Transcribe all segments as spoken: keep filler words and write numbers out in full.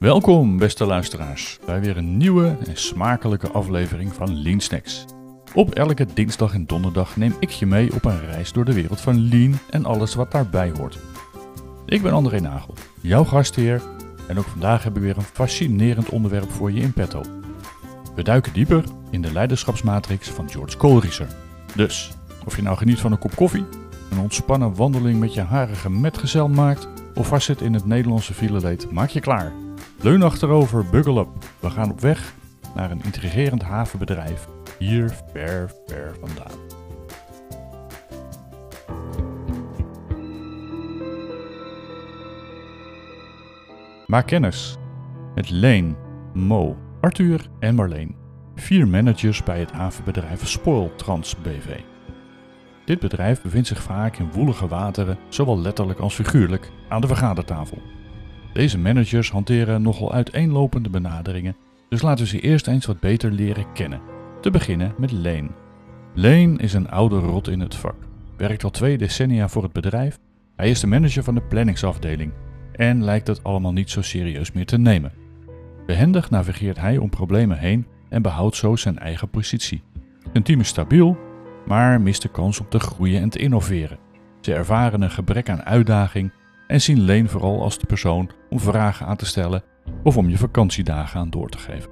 Welkom beste luisteraars bij weer een nieuwe en smakelijke aflevering van Lean Snacks. Op elke dinsdag en donderdag neem ik je mee op een reis door de wereld van Lean en alles wat daarbij hoort. Ik ben André Nagel, jouw gastheer, en ook vandaag heb ik weer een fascinerend onderwerp voor je in petto. We duiken dieper in de leiderschapsmatrix van George Koolrieser. Dus, of je nou geniet van een kop koffie, een ontspannen wandeling met je harige metgezel maakt, of vastzit in het Nederlandse fileleed, maak je klaar. Leun achterover, buckle up. We gaan op weg naar een intrigerend havenbedrijf, hier ver, ver vandaan. Maak kennis met Leen, Mo, Arthur en Marleen, vier managers bij het havenbedrijf Spoiltrans B V. Dit bedrijf bevindt zich vaak in woelige wateren, zowel letterlijk als figuurlijk, aan de vergadertafel. Deze managers hanteren nogal uiteenlopende benaderingen, dus laten we ze eerst eens wat beter leren kennen. Te beginnen met Leen. Leen is een oude rot in het vak, werkt al twee decennia voor het bedrijf, hij is de manager van de planningsafdeling en lijkt het allemaal niet zo serieus meer te nemen. Behendig navigeert hij om problemen heen en behoudt zo zijn eigen positie. Zijn team is stabiel, maar mist de kans om te groeien en te innoveren. Ze ervaren een gebrek aan uitdaging en zien Leen vooral als de persoon om vragen aan te stellen of om je vakantiedagen aan door te geven.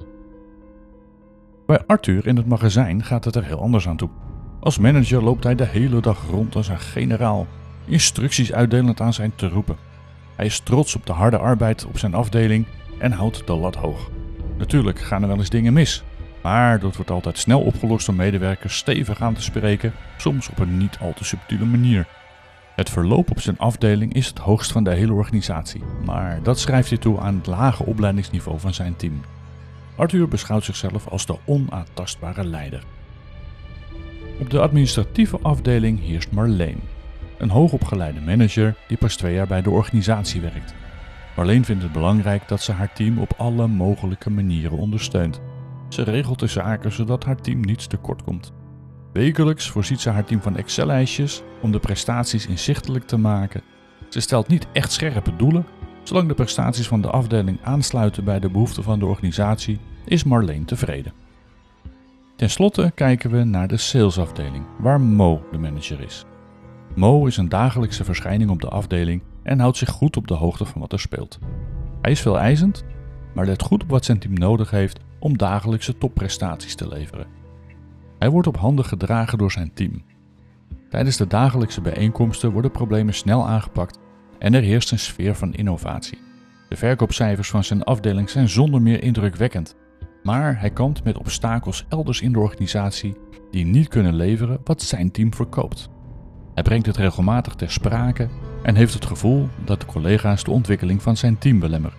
Bij Arthur in het magazijn gaat het er heel anders aan toe. Als manager loopt hij de hele dag rond als een generaal, instructies uitdelend aan zijn troepen. Hij is trots op de harde arbeid op zijn afdeling en houdt de lat hoog. Natuurlijk gaan er wel eens dingen mis, maar dat wordt altijd snel opgelost door medewerkers stevig aan te spreken, soms op een niet al te subtiele manier. Het verloop op zijn afdeling is het hoogst van de hele organisatie, maar dat schrijft hij toe aan het lage opleidingsniveau van zijn team. Arthur beschouwt zichzelf als de onaantastbare leider. Op de administratieve afdeling heerst Marleen, een hoogopgeleide manager die pas twee jaar bij de organisatie werkt. Marleen vindt het belangrijk dat ze haar team op alle mogelijke manieren ondersteunt. Ze regelt de zaken zodat haar team niets tekort komt. Wekelijks voorziet ze haar team van Excel-lijstjes om de prestaties inzichtelijk te maken. Ze stelt niet echt scherpe doelen. Zolang de prestaties van de afdeling aansluiten bij de behoeften van de organisatie, is Marleen tevreden. Ten slotte kijken we naar de salesafdeling, waar Mo de manager is. Mo is een dagelijkse verschijning op de afdeling en houdt zich goed op de hoogte van wat er speelt. Hij is veeleisend, maar let goed op wat zijn team nodig heeft om dagelijkse topprestaties te leveren. Hij wordt op handen gedragen door zijn team. Tijdens de dagelijkse bijeenkomsten worden problemen snel aangepakt en er heerst een sfeer van innovatie. De verkoopcijfers van zijn afdeling zijn zonder meer indrukwekkend, maar hij kampt met obstakels elders in de organisatie die niet kunnen leveren wat zijn team verkoopt. Hij brengt het regelmatig ter sprake en heeft het gevoel dat de collega's de ontwikkeling van zijn team belemmeren.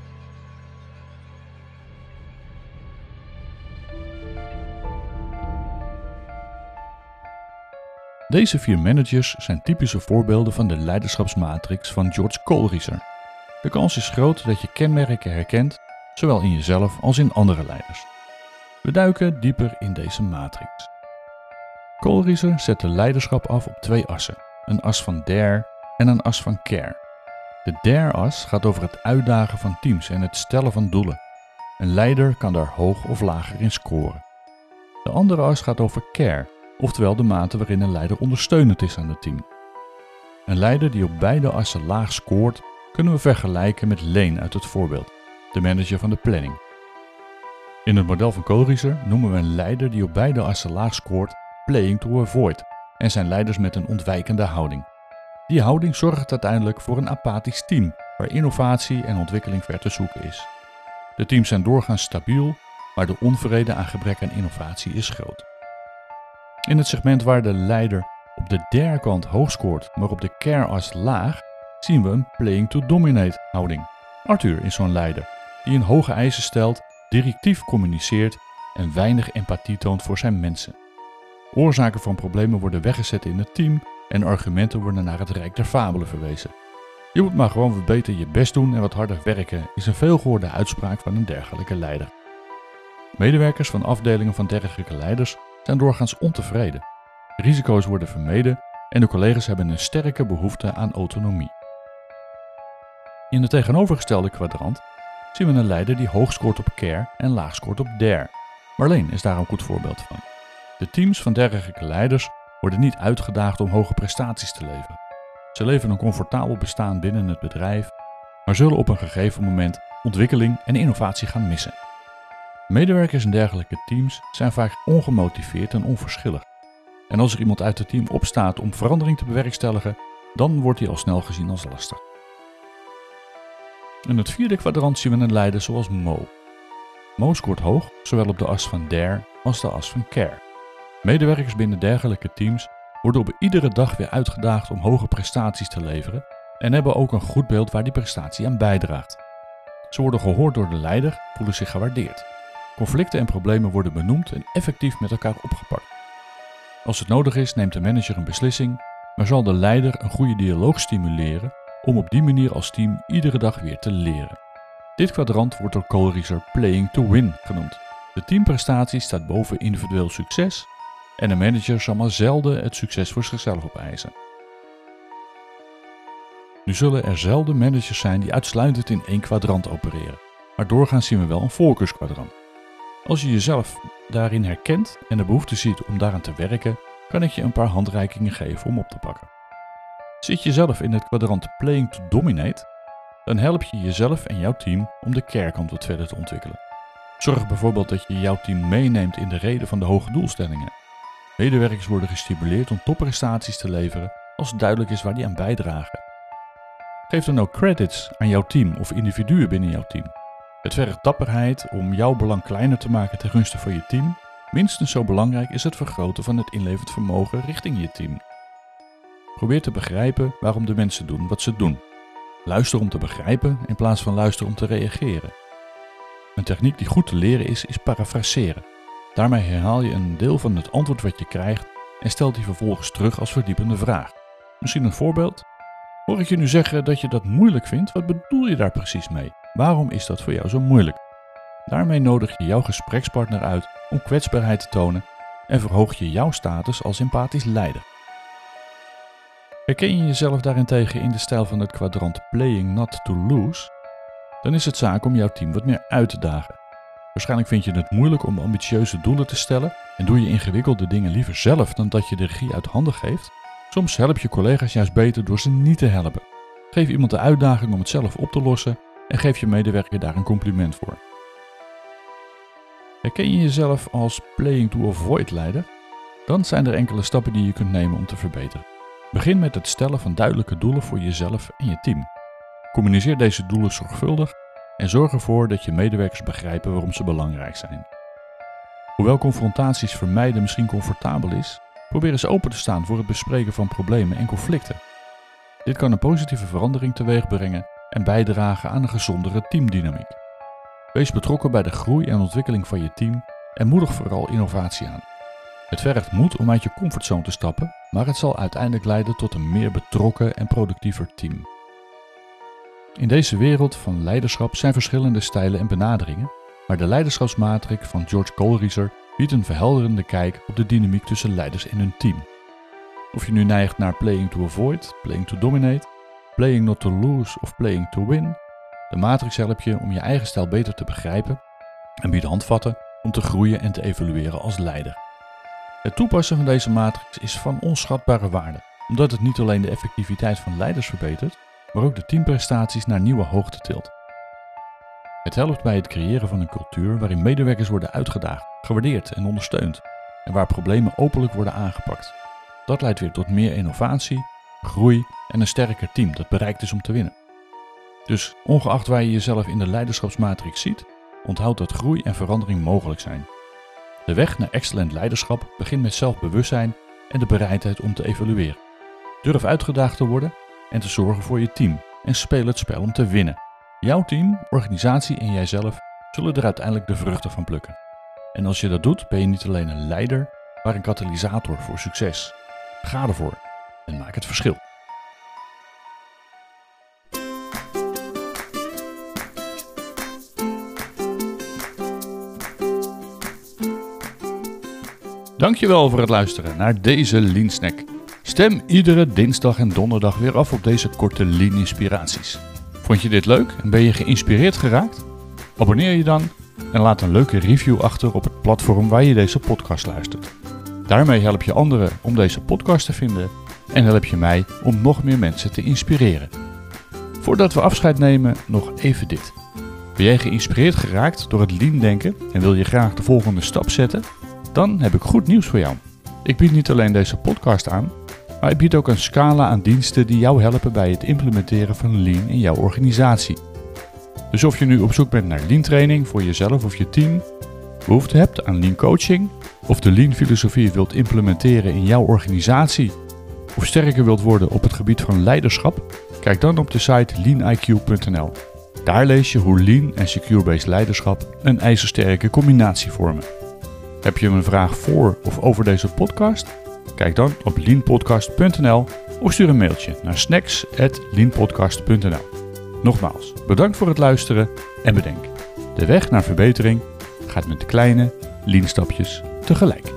Deze vier managers zijn typische voorbeelden van de leiderschapsmatrix van George Koolrieser. De kans is groot dat je kenmerken herkent, zowel in jezelf als in andere leiders. We duiken dieper in deze matrix. Koolrieser zet de leiderschap af op twee assen, een as van dare en een as van care. De dare-as gaat over het uitdagen van teams en het stellen van doelen. Een leider kan daar hoog of lager in scoren. De andere as gaat over care, oftewel de mate waarin een leider ondersteunend is aan het team. Een leider die op beide assen laag scoort, kunnen we vergelijken met Leen uit het voorbeeld, de manager van de planning. In het model van Koolrieser noemen we een leider die op beide assen laag scoort playing to avoid en zijn leiders met een ontwijkende houding. Die houding zorgt uiteindelijk voor een apathisch team, waar innovatie en ontwikkeling ver te zoeken is. De teams zijn doorgaans stabiel, maar de onvrede aan gebrek aan innovatie is groot. In het segment waar de leider op de dare kant hoog scoort, maar op de care-as laag, zien we een playing to dominate houding. Arthur is zo'n leider, die een hoge eisen stelt, directief communiceert en weinig empathie toont voor zijn mensen. Oorzaken van problemen worden weggezet in het team en argumenten worden naar het rijk der fabelen verwezen. Je moet maar gewoon wat beter je best doen en wat harder werken, is een veelgehoorde uitspraak van een dergelijke leider. Medewerkers van afdelingen van dergelijke leiders zijn doorgaans ontevreden. Risico's worden vermeden en de collega's hebben een sterke behoefte aan autonomie. In de tegenovergestelde kwadrant zien we een leider die hoog scoort op care en laag scoort op dare. Marleen is daar een goed voorbeeld van. De teams van dergelijke leiders worden niet uitgedaagd om hoge prestaties te leveren. Ze leven een comfortabel bestaan binnen het bedrijf, maar zullen op een gegeven moment ontwikkeling en innovatie gaan missen. Medewerkers in dergelijke teams zijn vaak ongemotiveerd en onverschillig. En als er iemand uit het team opstaat om verandering te bewerkstelligen, dan wordt hij al snel gezien als lastig. In het vierde kwadrant zien we een leider zoals Mo. Mo scoort hoog, zowel op de as van dare als de as van care. Medewerkers binnen dergelijke teams worden op iedere dag weer uitgedaagd om hoge prestaties te leveren en hebben ook een goed beeld waar die prestatie aan bijdraagt. Ze worden gehoord door de leider, voelen zich gewaardeerd. Conflicten en problemen worden benoemd en effectief met elkaar opgepakt. Als het nodig is, neemt de manager een beslissing, maar zal de leider een goede dialoog stimuleren om op die manier als team iedere dag weer te leren. Dit kwadrant wordt door Kohlrieser Playing to Win genoemd. De teamprestatie staat boven individueel succes en de manager zal maar zelden het succes voor zichzelf opeisen. Nu zullen er zelden managers zijn die uitsluitend in één kwadrant opereren, maar doorgaans zien we wel een voorkeurskwadrant. Als je jezelf daarin herkent en de behoefte ziet om daaraan te werken, kan ik je een paar handreikingen geven om op te pakken. Zit je zelf in het kwadrant Playing to Dominate, dan help je jezelf en jouw team om de care-kant wat verder te ontwikkelen. Zorg bijvoorbeeld dat je jouw team meeneemt in de reden van de hoge doelstellingen. Medewerkers worden gestimuleerd om topprestaties te leveren als duidelijk is waar die aan bijdragen. Geef dan ook credits aan jouw team of individuen binnen jouw team. Het vergt dapperheid om jouw belang kleiner te maken ten gunste van je team. Minstens zo belangrijk is het vergroten van het inlevend vermogen richting je team. Probeer te begrijpen waarom de mensen doen wat ze doen. Luister om te begrijpen in plaats van luisteren om te reageren. Een techniek die goed te leren is, is parafraseren. Daarmee herhaal je een deel van het antwoord wat je krijgt en stelt die vervolgens terug als verdiepende vraag. Misschien een voorbeeld? Hoor ik je nu zeggen dat je dat moeilijk vindt? Wat bedoel je daar precies mee? Waarom is dat voor jou zo moeilijk? Daarmee nodig je jouw gesprekspartner uit om kwetsbaarheid te tonen en verhoog je jouw status als empathisch leider. Herken je jezelf daarentegen in de stijl van het kwadrant Playing Not to Lose? Dan is het zaak om jouw team wat meer uit te dagen. Waarschijnlijk vind je het moeilijk om ambitieuze doelen te stellen en doe je ingewikkelde dingen liever zelf dan dat je de regie uit handen geeft. Soms help je collega's juist beter door ze niet te helpen. Geef iemand de uitdaging om het zelf op te lossen en geef je medewerker daar een compliment voor. Herken je jezelf als Playing to Avoid leider? Dan zijn er enkele stappen die je kunt nemen om te verbeteren. Begin met het stellen van duidelijke doelen voor jezelf en je team. Communiceer deze doelen zorgvuldig en zorg ervoor dat je medewerkers begrijpen waarom ze belangrijk zijn. Hoewel confrontaties vermijden misschien comfortabel is, probeer eens open te staan voor het bespreken van problemen en conflicten. Dit kan een positieve verandering teweeg brengen en bijdragen aan een gezondere teamdynamiek. Wees betrokken bij de groei en ontwikkeling van je team en moedig vooral innovatie aan. Het vergt moed om uit je comfortzone te stappen, maar het zal uiteindelijk leiden tot een meer betrokken en productiever team. In deze wereld van leiderschap zijn verschillende stijlen en benaderingen, maar de leiderschapsmatrix van George Kohlrieser biedt een verhelderende kijk op de dynamiek tussen leiders en hun team. Of je nu neigt naar Playing to Avoid, Playing to Dominate, Playing Not to Lose of Playing to Win, de matrix helpt je om je eigen stijl beter te begrijpen en biedt handvatten om te groeien en te evolueren als leider. Het toepassen van deze matrix is van onschatbare waarde, omdat het niet alleen de effectiviteit van leiders verbetert, maar ook de teamprestaties naar nieuwe hoogte tilt. Het helpt bij het creëren van een cultuur waarin medewerkers worden uitgedaagd, gewaardeerd en ondersteund en waar problemen openlijk worden aangepakt. Dat leidt weer tot meer innovatie, groei en een sterker team dat bereikt is om te winnen. Dus ongeacht waar je jezelf in de leiderschapsmatrix ziet, onthoud dat groei en verandering mogelijk zijn. De weg naar excellent leiderschap begint met zelfbewustzijn en de bereidheid om te evalueren. Durf uitgedaagd te worden en te zorgen voor je team en speel het spel om te winnen. Jouw team, organisatie en jijzelf zullen er uiteindelijk de vruchten van plukken. En als je dat doet, ben je niet alleen een leider, maar een katalysator voor succes. Ga ervoor en maak het verschil. Dankjewel voor het luisteren naar deze Lean Snack. Stem iedere dinsdag en donderdag weer af op deze korte Lean inspiraties. Vond je dit leuk en ben je geïnspireerd geraakt? Abonneer je dan en laat een leuke review achter op het platform waar je deze podcast luistert. Daarmee help je anderen om deze podcast te vinden en help je mij om nog meer mensen te inspireren. Voordat we afscheid nemen, nog even dit. Ben jij geïnspireerd geraakt door het lean-denken en wil je graag de volgende stap zetten? Dan heb ik goed nieuws voor jou. Ik bied niet alleen deze podcast aan, maar ik bied ook een scala aan diensten die jou helpen bij het implementeren van lean in jouw organisatie. Dus of je nu op zoek bent naar lean training voor jezelf of je team, behoefte hebt aan lean coaching, of de lean filosofie wilt implementeren in jouw organisatie, of sterker wilt worden op het gebied van leiderschap, kijk dan op de site lean i q punt n l. Daar lees je hoe lean en secure-based leiderschap een ijzersterke combinatie vormen. Heb je een vraag voor of over deze podcast? Kijk dan op lean podcast punt n l of stuur een mailtje naar snacks at lean podcast punt n l. Nogmaals, bedankt voor het luisteren en bedenk, de weg naar verbetering gaat met kleine lean stapjes tegelijk.